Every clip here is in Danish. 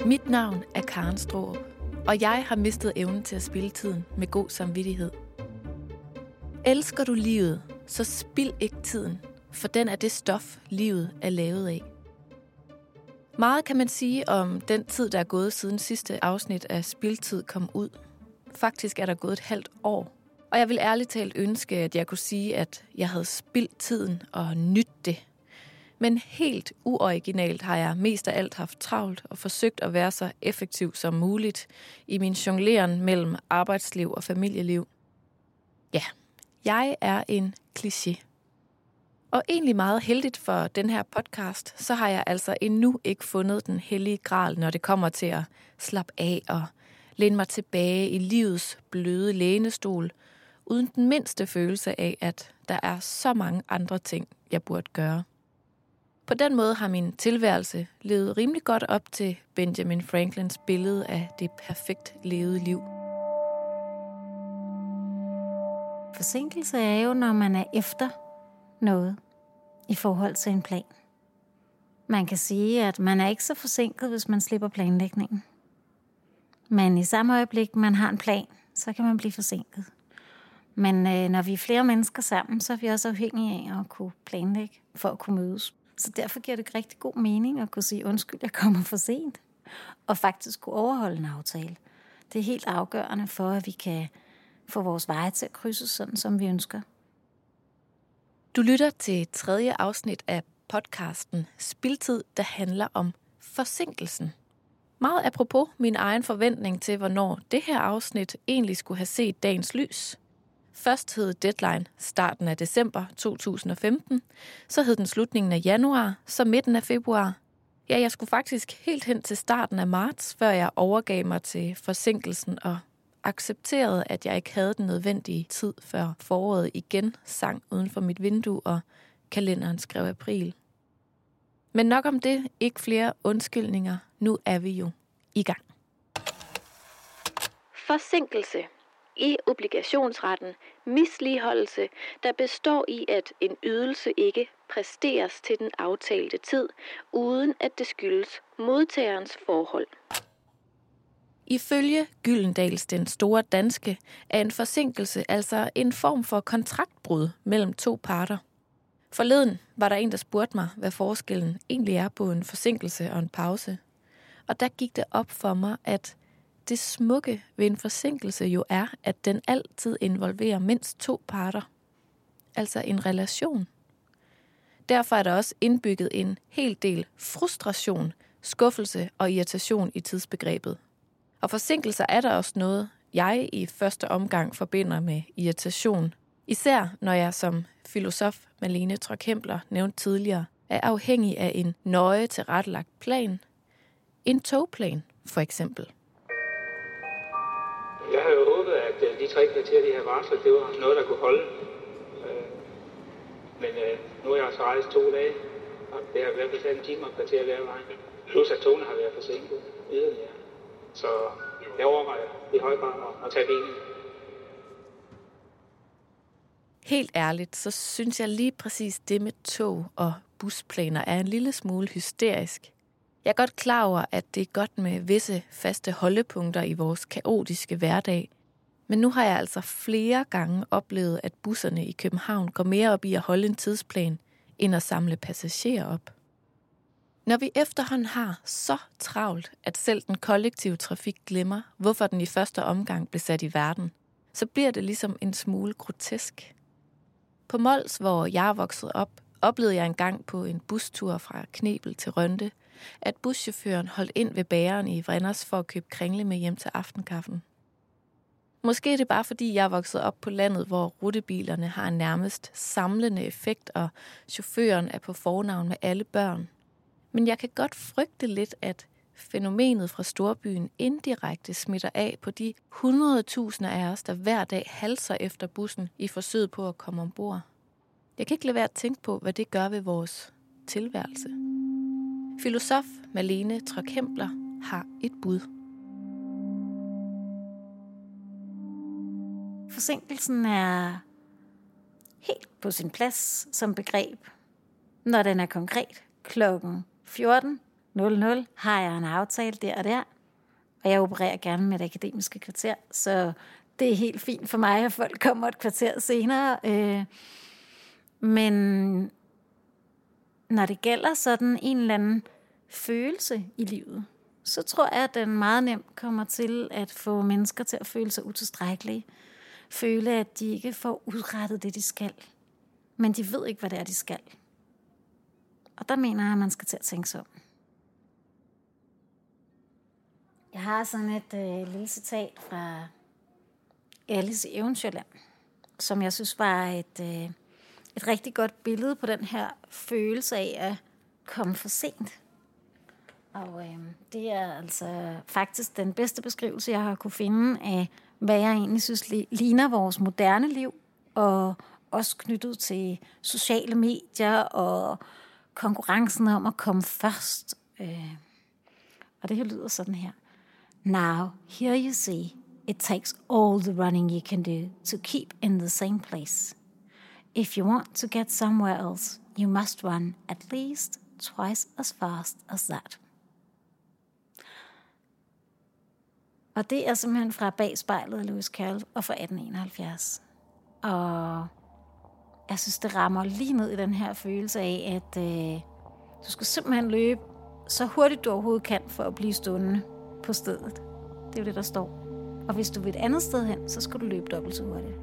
Mit navn er Karen Straarup, og jeg har mistet evnen til at spilde tiden med god samvittighed. Elsker du livet, så spild ikke tiden, for den er det stof, livet er lavet af. Meget kan man sige om den tid, der er gået siden sidste afsnit af Spildtid kom ud. Faktisk er der gået et halvt år, og jeg vil ærligt talt ønske, at jeg kunne sige, at jeg havde spildt tiden og nydt det. Men helt uoriginalt har jeg mest af alt haft travlt og forsøgt at være så effektiv som muligt i min jongleren mellem arbejdsliv og familieliv. Ja, jeg er en kliché. Og egentlig meget heldigt for den her podcast, så har jeg altså endnu ikke fundet den hellige gral, når det kommer til at slappe af og læne mig tilbage i livets bløde lænestol, uden den mindste følelse af, at der er så mange andre ting, jeg burde gøre. På den måde har min tilværelse levet rimelig godt op til Benjamin Franklins billede af det perfekt levede liv. Forsinkelse er jo, når man er efter noget i forhold til en plan. Man kan sige, at man er ikke så forsinket, hvis man slipper planlægningen. Men i samme øjeblik, man har en plan, så kan man blive forsinket. Men når vi er flere mennesker sammen, så er vi også afhængige af at kunne planlægge for at kunne mødes. Så derfor giver det rigtig god mening at kunne sige, undskyld, jeg kommer for sent. Og faktisk kunne overholde en aftale. Det er helt afgørende for, at vi kan få vores veje til at krydse sådan, som vi ønsker. Du lytter til 3. afsnit af podcasten Spildtid, der handler om forsinkelsen. Meget apropos min egen forventning til, hvornår det her afsnit egentlig skulle have set dagens lys. Først hed deadline starten af december 2015, så hed den slutningen af januar, så midten af februar. Ja, jeg skulle faktisk helt hen til starten af marts, før jeg overgav mig til forsinkelsen og accepterede, at jeg ikke havde den nødvendige tid, før foråret igen sang uden for mit vindue, og kalenderen skrev april. Men nok om det, ikke flere undskyldninger. Nu er vi jo i gang. Forsinkelse. I obligationsretten misligholdelse, der består i, at en ydelse ikke præsteres til den aftalte tid, uden at det skyldes modtagerens forhold. Ifølge Gyldendals Den Store Danske er en forsinkelse altså en form for kontraktbrud mellem to parter. Forleden var der en, der spurgte mig, hvad forskellen egentlig er på en forsinkelse og en pause. Og der gik det op for mig, at det smukke ved en forsinkelse jo er, at den altid involverer mindst to parter. Altså en relation. Derfor er der også indbygget en hel del frustration, skuffelse og irritation i tidsbegrebet. Og forsinkelser er der også noget, jeg i første omgang forbinder med irritation. Især når jeg som filosof Malene Trøk-Hempler nævnte tidligere, er afhængig af en nøje tilrettelagt plan. En togplan for eksempel. Jeg havde jo håbet, at de 3 kvarter, de her varsler, det var noget, der kunne holde. Men nu har jeg altså rejst 2 dage, og det har i hvert fald taget en time og kvarter hver vej. Plus at togene har været forsinket yderligere. Så jeg overvejer i høj grad at tage bilen. Helt ærligt, så synes jeg lige præcis det med tog og busplaner er en lille smule hysterisk. Jeg er godt klar over, at det er godt med visse faste holdepunkter i vores kaotiske hverdag. Men nu har jeg altså flere gange oplevet, at busserne i København går mere op i at holde en tidsplan, end at samle passagerer op. Når vi efterhånden har så travlt, at selv den kollektive trafik glemmer, hvorfor den i første omgang blev sat i verden, så bliver det ligesom en smule grotesk. På Mols, hvor jeg er vokset op, oplevede jeg engang på en bustur fra Knebel til Rønde, at buschaufføren holdt ind ved bageren i Vrinders for at købe kringle med hjem til aftenkaffen. Måske er det bare fordi, jeg er vokset op på landet, hvor rutebilerne har en nærmest samlende effekt, og chaufføren er på fornavn med alle børn. Men jeg kan godt frygte lidt, at fænomenet fra storbyen indirekte smitter af på de 100.000 af os, der hver dag halser efter bussen i forsøget på at komme ombord. Jeg kan ikke lade være at tænke på, hvad det gør ved vores tilværelse. Filosof Malene Trøk-Hempler har et bud. Forsinkelsen er helt på sin plads som begreb, når den er konkret klokken 14 00 har jeg en aftale der og der, og jeg opererer gerne med et akademiske kvarter, så det er helt fint for mig, at folk kommer et kvarter senere. Men når det gælder sådan en eller anden følelse i livet, så tror jeg, at den meget nemt kommer til at få mennesker til at føle sig utilstrækkelige. Føle, at de ikke får udrettet det, de skal. Men de ved ikke, hvad det er, de skal. Og der mener jeg, at man skal til at tænke sig om. Jeg har sådan et lille citat fra Alice i Eventyrland, som jeg synes var et rigtig godt billede på den her følelse af at komme for sent. Og det er altså faktisk den bedste beskrivelse, jeg har kunne finde af, hvad jeg egentlig synes ligner vores moderne liv, og også knyttet til sociale medier og konkurrencen om at komme først. Og det her lyder sådan her. Now, here you see, it takes all the running you can do to keep in the same place. If you want to get somewhere else, you must run at least twice as fast as that. Og det er simpelthen fra Bag spejlet af Lewis Carroll og fra 1871. Og jeg synes, det rammer lige ned i den her følelse af, at du skal simpelthen løbe så hurtigt du overhovedet kan for at blive stående på stedet. Det er jo det, der står. Og hvis du vil et andet sted hen, så skal du løbe dobbelt så hurtigt.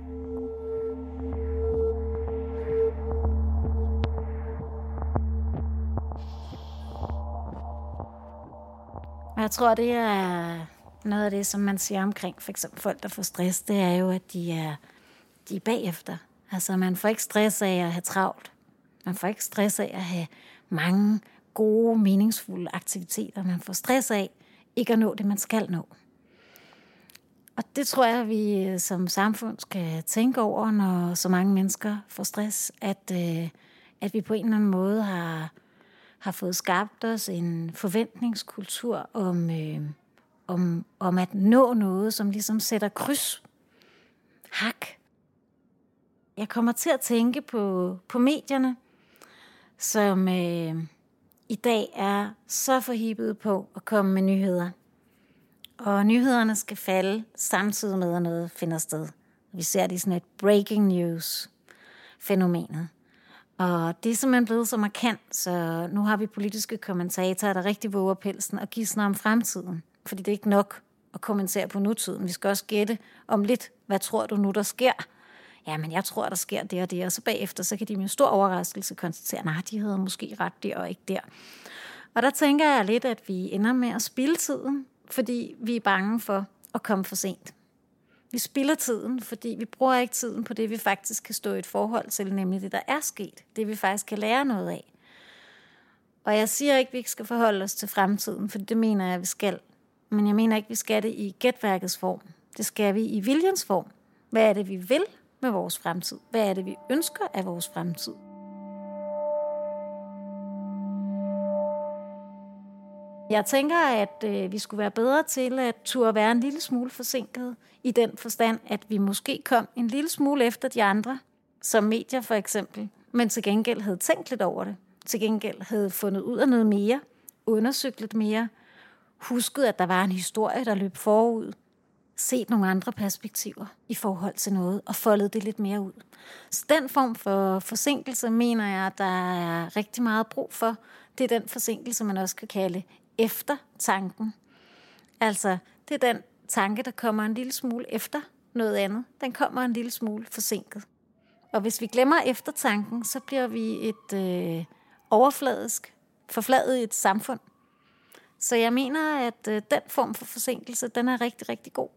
Og jeg tror, det er noget af det, som man siger omkring for eksempel folk, der får stress, det er jo, at de er bagefter. Altså, man får ikke stress af at have travlt. Man får ikke stress af at have mange gode, meningsfulde aktiviteter. Man får stress af ikke at nå det, man skal nå. Og det tror jeg, vi som samfund skal tænke over, når så mange mennesker får stress, at vi på en eller anden måde har fået skabt os en forventningskultur om at nå noget, som ligesom sætter kryds. Hak. Jeg kommer til at tænke på medierne, som i dag er så forhippet på at komme med nyheder. Og nyhederne skal falde samtidig med, at noget finder sted. Vi ser det i sådan et breaking news-fænomenet. Og det er simpelthen blevet så markant, så nu har vi politiske kommentatorer, der rigtig våger pelsen og gisner om fremtiden. Fordi det er ikke nok at kommentere på nutiden. Vi skal også gætte om lidt, hvad tror du nu, der sker? Jamen, jeg tror, der sker det og det. Og så bagefter, så kan de med stor overraskelse konstatere, nej, de havde måske ret der og ikke der. Og der tænker jeg lidt, at vi ender med at spilde tiden, fordi vi er bange for at komme for sent. Vi spilder tiden, fordi vi bruger ikke tiden på det, vi faktisk kan stå i et forhold til, nemlig det, der er sket. Det, vi faktisk kan lære noget af. Og jeg siger ikke, at vi ikke skal forholde os til fremtiden, for det mener jeg, at vi skal. Men jeg mener ikke, at vi skal det i gætværkets form. Det skal vi i viljens form. Hvad er det, vi vil med vores fremtid? Hvad er det, vi ønsker af vores fremtid? Jeg tænker, at vi skulle være bedre til at turde være en lille smule forsinket i den forstand, at vi måske kom en lille smule efter de andre, som medier for eksempel, men til gengæld havde tænkt lidt over det. Til gengæld havde fundet ud af noget mere, undersøgt lidt mere, husket, at der var en historie, der løb forud, set nogle andre perspektiver i forhold til noget, og foldet det lidt mere ud. Så den form for forsinkelse, mener jeg, der er rigtig meget brug for. Det er den forsinkelse, man også kan kalde eftertanken. Altså, det er den tanke, der kommer en lille smule efter noget andet. Den kommer en lille smule forsinket. Og hvis vi glemmer eftertanken, så bliver vi et overfladisk, forfladet et samfund. Så jeg mener, at den form for forsinkelse, den er rigtig, rigtig god.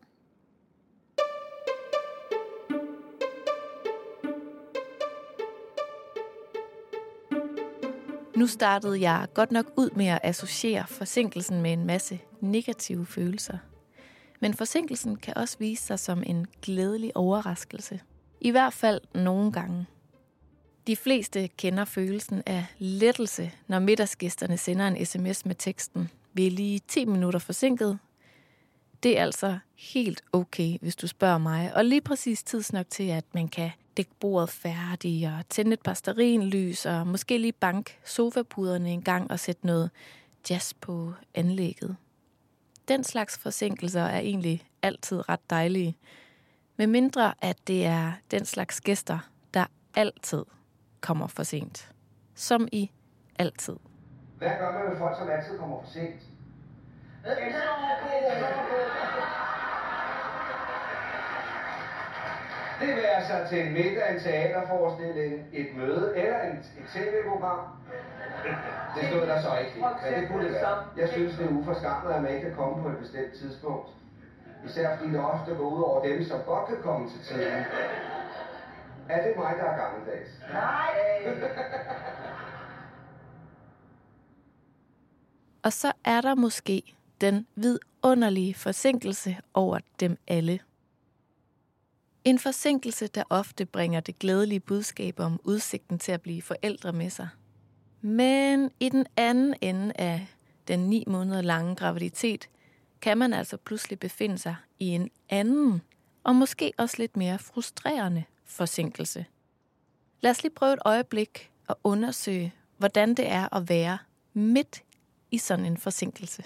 Nu startede jeg godt nok ud med at associere forsinkelsen med en masse negative følelser. Men forsinkelsen kan også vise sig som en glædelig overraskelse. I hvert fald nogle gange. De fleste kender følelsen af lettelse, når middagsgæsterne sender en sms med teksten: "Vi er lige 10 minutter forsinket." Det er altså helt okay, hvis du spørger mig, og lige præcis tidsnok til, at man kan dække bordet færdigt og tænde et par stearinlys og måske lige banke sofapuderne en gang og sætte noget jazz på anlægget. Den slags forsinkelser er egentlig altid ret dejlige, med mindre at det er den slags gæster, der altid kommer for sent. Som i altid. Hvad gør man med folk, som altid kommer for sent? Det vil altså til en middag, en teaterforestilling, et møde eller et tv-program. Det stod der så ikke helt, men det kunne det være. Jeg synes, det er uforskammet, at man ikke kan komme på et bestemt tidspunkt. Især fordi det ofte går ud over dem, som godt kan komme til tiden. Er det mig, der er gammeldags? Nej! Og så er der måske den vidunderlige forsinkelse over dem alle. En forsinkelse, der ofte bringer det glædelige budskab om udsigten til at blive forældre med sig. Men i den anden ende af den 9 måneder lange graviditet, kan man altså pludselig befinde sig i en anden, og måske også lidt mere frustrerende forsinkelse. Lad os lige prøve et øjeblik at undersøge, hvordan det er at være midt i sådan en forsinkelse.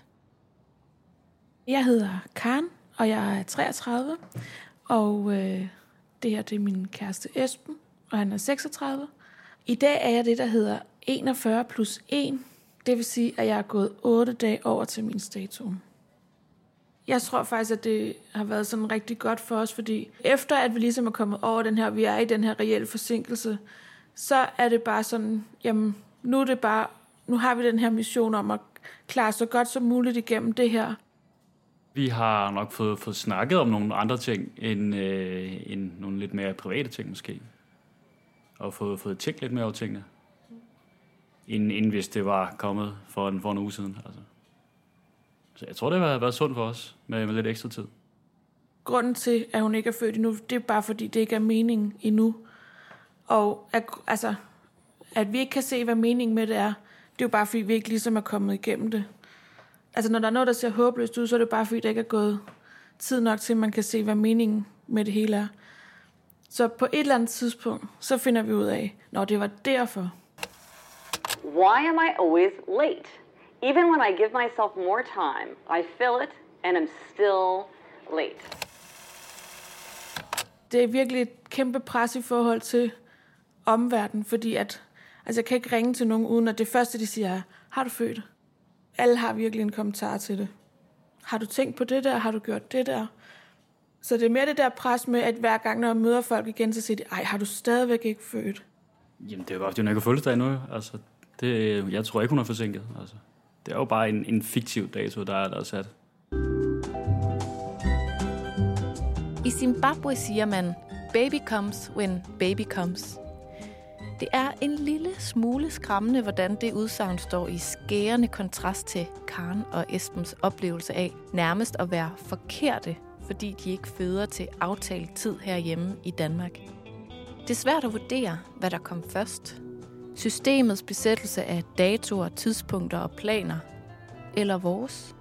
Jeg hedder Karen, og jeg er 33, og det her det er min kæreste Esben, og han er 36. I dag er jeg det, der hedder 41 plus 1, det vil sige, at jeg er gået 8 dage over til min status. Jeg tror faktisk, at det har været sådan rigtig godt for os, fordi efter at vi ligesom er kommet over den her, vi er i den her reelle forsinkelse, så er det bare sådan, jamen nu har vi den her mission om at klare så godt som muligt igennem det her. Vi har nok fået snakket om nogle andre ting, end nogle lidt mere private ting måske. Og fået tænkt lidt mere over tingene, inden hvis det var kommet for en uge siden. Altså. Så jeg tror, det har været sundt for os med lidt ekstra tid. Grunden til, at hun ikke er født endnu, det er bare fordi, det ikke er meningen endnu. Og at vi ikke kan se, hvad meningen med det er, det er jo bare fordi, vi ikke ligesom er kommet igennem det. Altså når der er noget, der ser håbløst ud, så er det bare fordi, der ikke er gået tid nok til, at man kan se, hvad meningen med det hele er. Så på et eller andet tidspunkt, så finder vi ud af, når det var derfor. Why am I always late? Even when I give myself more time, I feel it, and I'm still late. Det er virkelig et kæmpe pres i forhold til omverdenen, fordi jeg kan ikke ringe til nogen, uden at det første, de siger er, har du født? Alle har virkelig en kommentar til det. Har du tænkt på det der? Har du gjort det der? Så det er mere det der pres med, at hver gang, når jeg møder folk igen, så siger de, ej, har du stadigvæk ikke født? Jamen, det er jo godt, at hun ikke har fødselsdag endnu. Altså, jeg tror ikke, hun er forsinket. Altså, det er jo bare en fiktiv dato, der er sat. I Zimbabwe siger man, baby comes when baby comes. Det er en lille smule skræmmende, hvordan det udsagn står i skærende kontrast til Karen og Esbens oplevelse af nærmest at være forkerte, fordi de ikke føder til aftalt tid herhjemme i Danmark. Det er svært at vurdere, hvad der kom først. Systemets besættelse af datoer, tidspunkter og planer, eller vores.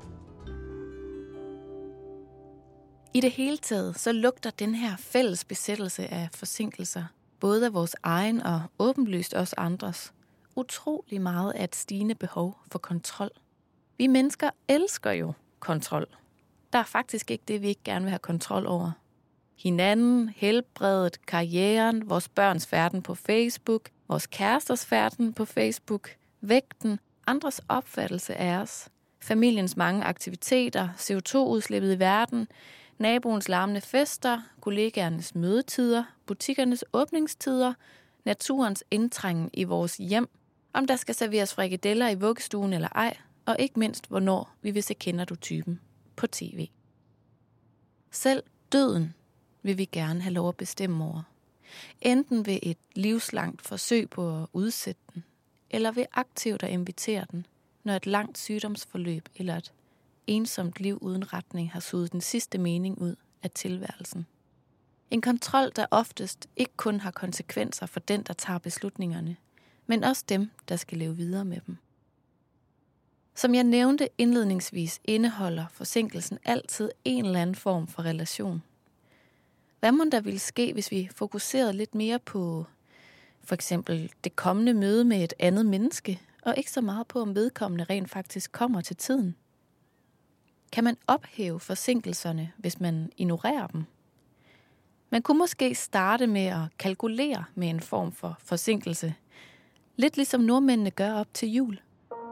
I det hele taget, så lugter den her fælles besættelse af forsinkelser, både af vores egen og åbenlyst også andres, utrolig meget af et stigende behov for kontrol. Vi mennesker elsker jo kontrol. Der er faktisk ikke det, vi ikke gerne vil have kontrol over. Hinanden, helbredet, karrieren, vores børns færden på Facebook, vores kæresters færden på Facebook, vægten, andres opfattelse af os, familiens mange aktiviteter, CO2-udslippet i verden, naboens larmende fester, kollegaernes mødetider, butikkernes åbningstider, naturens indtrængen i vores hjem, om der skal serveres frikadeller i vuggestuen eller ej, og ikke mindst, hvornår vi vil se Kender du typen på tv. Selv døden vil vi gerne have lov at bestemme over. Enten ved et livslangt forsøg på at udsætte den, eller ved aktivt at invitere den, når et langt sygdomsforløb eller et ensomt liv uden retning har suget den sidste mening ud af tilværelsen. En kontrol, der oftest ikke kun har konsekvenser for den, der tager beslutningerne, men også dem, der skal leve videre med dem. Som jeg nævnte indledningsvis, indeholder forsinkelsen altid en eller anden form for relation. Hvad må der ville ske, hvis vi fokuserede lidt mere på for eksempel det kommende møde med et andet menneske, og ikke så meget på, om vedkommende rent faktisk kommer til tiden. Kan man ophæve forsinkelserne, hvis man ignorerer dem? Man kunne måske starte med at kalkulere med en form for forsinkelse. Lidt ligesom nordmændene gør op til jul.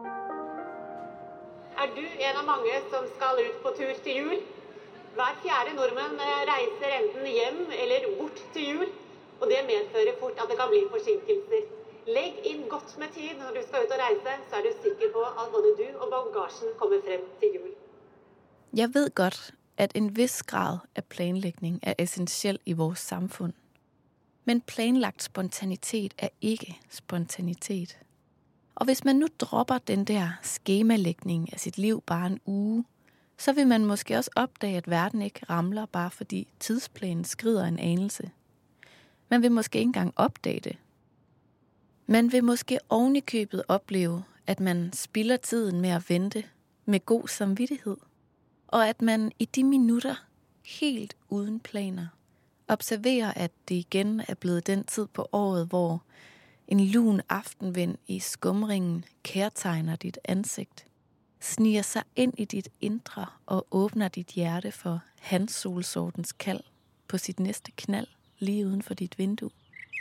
Er du en af mange, som skal ud på tur til jul? Hver fjerde nordmand rejser enten hjem eller bort til jul, og det medfører fort at det kan blive forsinkelser. Læg ind godt med tid når du skal ud og rejse, så er du sikker på at både du og bagagen kommer frem til jul. Jeg ved godt, at en vis grad af planlægning er essentiel i vores samfund. Men planlagt spontanitet er ikke spontanitet. Og hvis man nu dropper den der skemalægning af sit liv bare en uge, så vil man måske også opdage, at verden ikke ramler, bare fordi tidsplanen skrider en anelse. Man vil måske ikke engang opdage det. Man vil måske ovenikøbet opleve, at man spilder tiden med at vente med god samvittighed. Og at man i de minutter, helt uden planer, observerer, at det igen er blevet den tid på året, hvor en lun aftenvind i skumringen kærtegner dit ansigt, sniger sig ind i dit indre og åbner dit hjerte for handsolsortens kald på sit næste knald lige uden for dit vindue.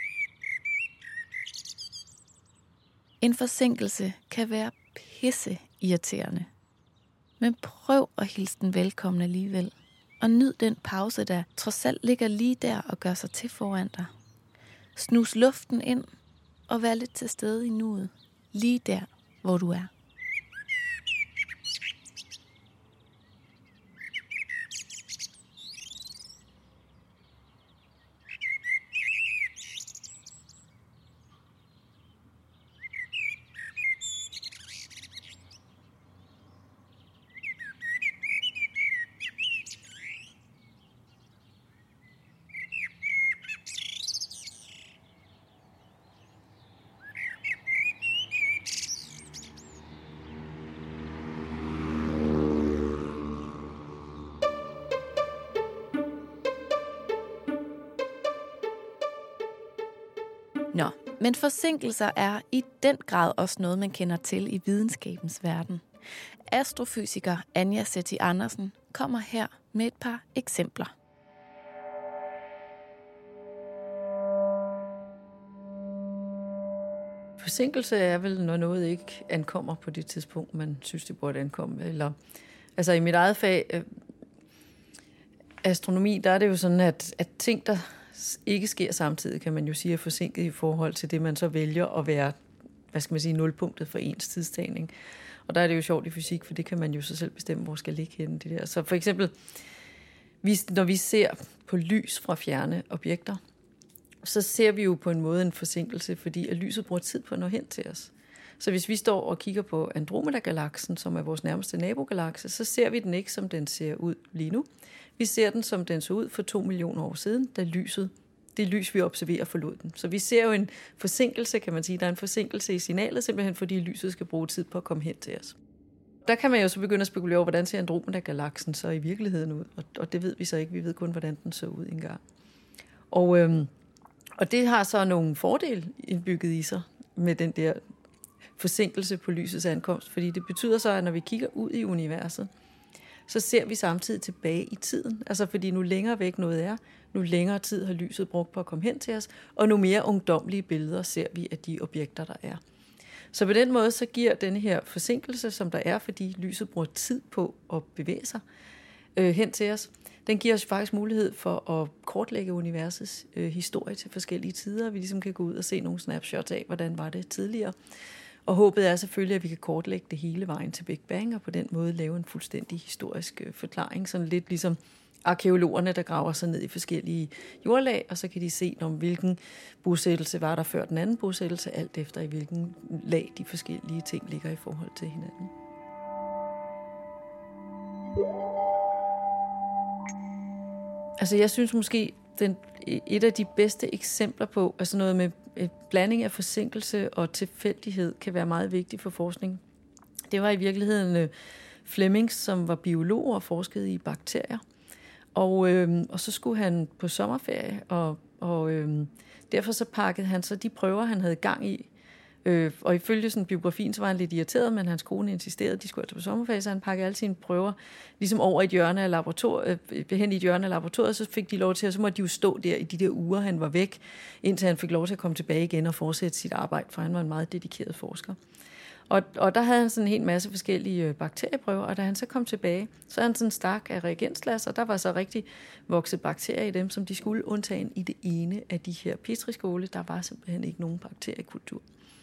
En forsinkelse kan være pisse irriterende. Men prøv at hilse den velkommen alligevel. Og nyd den pause, der trods alt ligger lige der og gør sig til foran dig. Snus luften ind og vær lidt til stede i nuet. Lige der, hvor du er. Nå, men forsinkelser er i den grad også noget, man kender til i videnskabens verden. Astrofysiker Anja Sethi Andersen kommer her med et par eksempler. Forsinkelse er vel, når noget ikke ankommer på det tidspunkt, man synes, det burde ankomme. Eller, altså i mit eget fag, astronomi, der er det jo sådan, at ting, der ikke sker samtidig, kan man jo sige, er forsinket i forhold til det, man så vælger at være, hvad skal man sige, nulpunktet for ens tidstagning. Og der er det jo sjovt i fysik, for det kan man jo så selv bestemme, hvor skal ligge henne det der. Så for eksempel, når vi ser på lys fra fjerne objekter, så ser vi jo på en måde en forsinkelse, fordi at lyset bruger tid på at nå hen til os. Så hvis vi står og kigger på Andromeda-galaksen, som er vores nærmeste nabogalakse, så ser vi den ikke, som den ser ud lige nu. Vi ser den, som den så ud for 2 millioner år siden, da det lys, vi observerer, forlod den. Så vi ser jo en forsinkelse, kan man sige. Der er en forsinkelse i signalet, simpelthen fordi lyset skal bruge tid på at komme hen til os. Der kan man jo så begynde at spekulere over, hvordan ser Andromeda-galaksen så i virkeligheden ud. Og det ved vi så ikke. Vi ved kun, hvordan den så ud engang. Og det har så nogle fordele indbygget i sig med den der forsinkelse på lysets ankomst. Fordi det betyder så, at når vi kigger ud i universet, så ser vi samtidig tilbage i tiden. Altså fordi nu længere væk noget er, nu længere tid har lyset brugt på at komme hen til os, og nu mere ungdomlige billeder ser vi af de objekter, der er. Så på den måde så giver denne her forsinkelse, som der er, fordi lyset bruger tid på at bevæge sig hen til os, den giver os faktisk mulighed for at kortlægge universets historie til forskellige tider. Vi ligesom kan gå ud og se nogle snapshots af, hvordan var det tidligere. Og håbet er selvfølgelig, at vi kan kortlægge det hele vejen til Big Bang, og på den måde lave en fuldstændig historisk forklaring. Sådan lidt ligesom arkæologerne, der graver sig ned i forskellige jordlag, og så kan de se, hvilken bosættelse var der før den anden bosættelse, alt efter i hvilken lag de forskellige ting ligger i forhold til hinanden. Altså jeg synes måske, et af de bedste eksempler på, altså noget med en blanding af forsinkelse og tilfældighed, kan være meget vigtigt for forskning. Det var i virkeligheden Flemings, som var biolog og forskede i bakterier. Og så skulle han på sommerferie, og derfor så pakkede han så de prøver, han havde gang i, Og ifølge sådan biografien, så var han lidt irriteret, men hans kone insisterede, de skulle altså på sommerferie, så han pakkede alle sine prøver ligesom over et hjørne af laboratoriet, hen i et hjørne af laboratoriet, så fik de lov til, og så måtte de jo stå der i de der uger, han var væk, indtil han fik lov til at komme tilbage igen og fortsætte sit arbejde, for han var en meget dedikeret forsker. Og der havde han sådan en hel masse forskellige bakterieprøver, og da han så kom tilbage, så havde han sådan en stak af reagensglas, og der var så rigtig vokset bakterier i dem, som de skulle undtagen i det ene af de her petriskåle. Der var simpelthen ikke nogen bakteriekultur.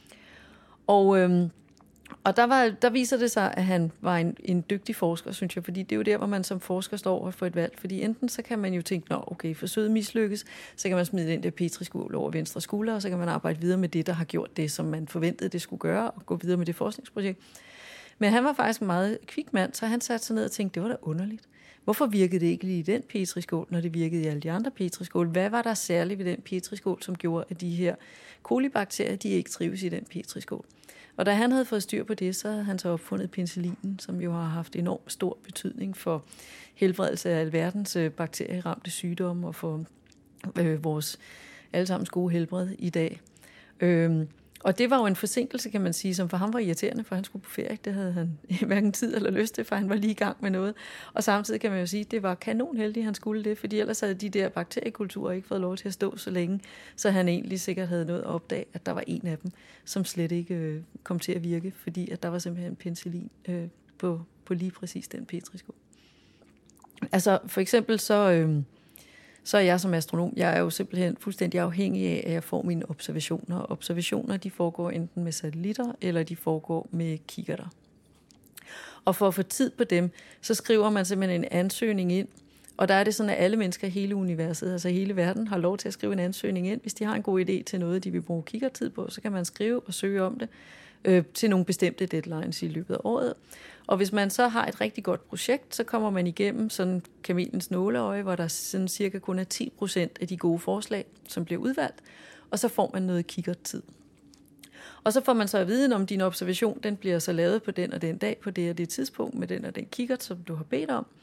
Og der viser det sig, at han var en dygtig forsker, synes jeg, fordi det er jo der, hvor man som forsker står over for et valg. Fordi enten så kan man jo tænke, nå okay, forsøget mislykkes, så kan man smide den der petriskål over venstre skulder, og så kan man arbejde videre med det, der har gjort det, som man forventede, det skulle gøre, og gå videre med det forskningsprojekt. Men han var faktisk en meget kvik mand, så han satte sig ned og tænkte, det var da underligt. Hvorfor virkede det ikke lige i den petriskål, når det virkede i alle de andre petriskål? Hvad var der særligt ved den petriskål, som gjorde, at de her kolibakterier, de ikke trives i den petriskål? Og da han havde fået styr på det, så havde han så opfundet penicillinen, som jo har haft enormt stor betydning for helbredelse af alverdens bakterieramte sygdomme og for vores allesammens gode helbred i dag. Og det var jo en forsinkelse, kan man sige, som for ham var irriterende, for han skulle på ferie. Det havde han hverken tid eller lyst til, for han var lige i gang med noget. Og samtidig kan man jo sige, at det var kanonheldigt, han skulle det, fordi ellers havde de der bakteriekulturer ikke fået lov til at stå så længe, så han egentlig sikkert havde noget at opdage, at der var en af dem, som slet ikke kom til at virke, fordi at der var simpelthen penicillin på lige præcis den petriskål. Altså for eksempel så er jeg som astronom, jeg er jo simpelthen fuldstændig afhængig af, at jeg får mine observationer. Observationer, de foregår enten med satellitter, eller de foregår med kikkerter. Og for at få tid på dem, så skriver man simpelthen en ansøgning ind. Og der er det sådan, at alle mennesker i hele universet, altså hele verden, har lov til at skrive en ansøgning ind. Hvis de har en god idé til noget, de vil bruge kikkertid på, så kan man skrive og søge om det til nogle bestemte deadlines i løbet af året. Og hvis man så har et rigtig godt projekt, så kommer man igennem sådan kamelens nåleøje, hvor der sådan cirka kun er 10% af de gode forslag, som bliver udvalgt, og så får man noget kikkertid. Og så får man så at vide, om din observation, den bliver så lavet på den og den dag, på det og det tidspunkt, med den og den kikkert, som du har bedt om.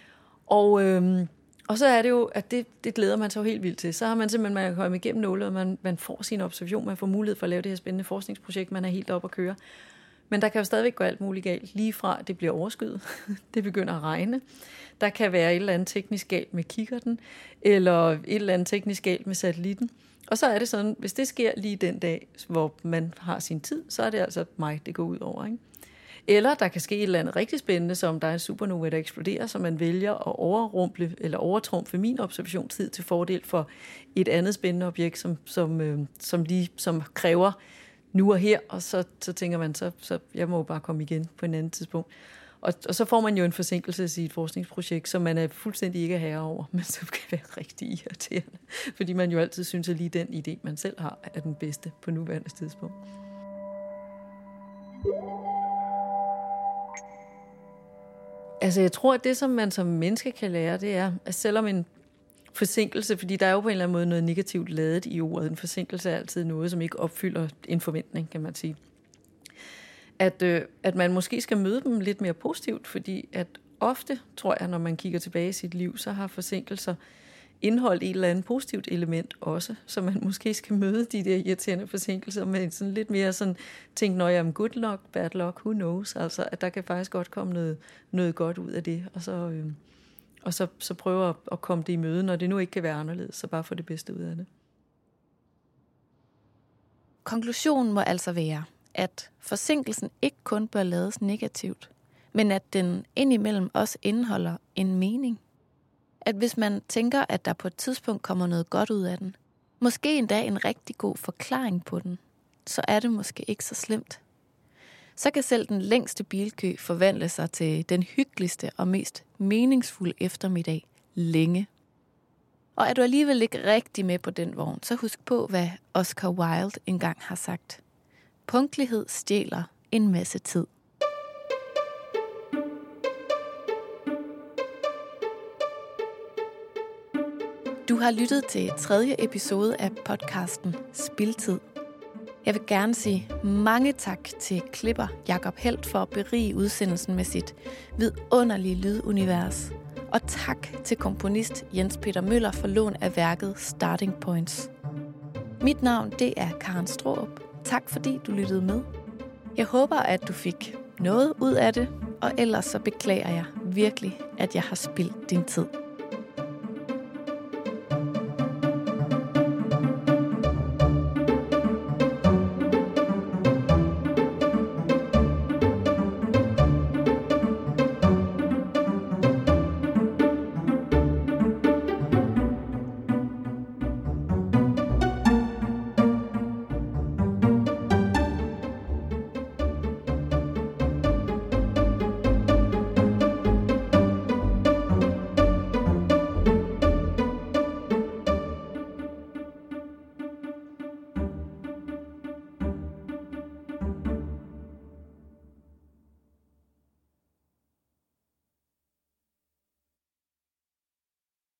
Og så er det jo, at det glæder man sig jo helt vildt til. Så har man simpelthen, man kan komme igennem nålet, og man får sin observation, man får mulighed for at lave det her spændende forskningsprojekt, man er helt op at køre. Men der kan jo stadigvæk gå alt muligt galt, lige fra det bliver overskyet, det begynder at regne. Der kan være et eller andet teknisk galt med kikkerten, eller et eller andet teknisk galt med satellitten. Og så er det sådan, hvis det sker lige den dag, hvor man har sin tid, så er det altså mig, det går ud over, ikke? Eller der kan ske et eller andet rigtig spændende, som der er en supernova, der eksploderer, så man vælger at overrumple eller overtrumfe min observationstid til fordel for et andet spændende objekt, som kræver nu og her, og så tænker man, så jeg må bare komme igen på en anden tidspunkt. Og så får man jo en forsinkelse af sit forskningsprojekt, som man er fuldstændig ikke herre over, men som kan være rigtig irriterende, fordi man jo altid synes, at lige den idé, man selv har, er den bedste på nuværende tidspunkt. Altså jeg tror, at det, som man som menneske kan lære, det er, at selvom en forsinkelse, fordi der er jo på en eller anden måde noget negativt ladet i ordet. En forsinkelse er altid noget, som ikke opfylder en forventning, kan man sige. At man måske skal møde dem lidt mere positivt, fordi at ofte, tror jeg, når man kigger tilbage i sit liv, så har forsinkelser indeholdt et eller andet positivt element også, så man måske skal møde de der irriterende forsinkelser med sådan lidt mere sådan, tænk, når jeg er good luck, bad luck, who knows? Altså, at der kan faktisk godt komme noget godt ud af det, og så prøve at komme det i møde, når det nu ikke kan være anderledes, så bare få det bedste ud af det. Konklusionen må altså være, at forsinkelsen ikke kun bør lades negativt, men at den indimellem også indeholder en mening. At hvis man tænker, at der på et tidspunkt kommer noget godt ud af den, måske endda en rigtig god forklaring på den, så er det måske ikke så slemt. Så kan selv den længste bilkø forvandle sig til den hyggeligste og mest meningsfulde eftermiddag længe. Og er du alligevel ikke rigtig med på den vogn, så husk på, hvad Oscar Wilde engang har sagt. Punktlighed stjæler en masse tid. Du har lyttet til 3. episode af podcasten Spildtid. Jeg vil gerne sige mange tak til klipper Jakob Helt for at berige udsendelsen med sit vidunderlige lydunivers. Og tak til komponist Jens Peter Møller for lån af værket Starting Points. Mit navn, det er Karen Straarup, Tak fordi du lyttede med. Jeg håber, at du fik noget ud af det, og ellers så beklager jeg virkelig, at jeg har spildt din tid.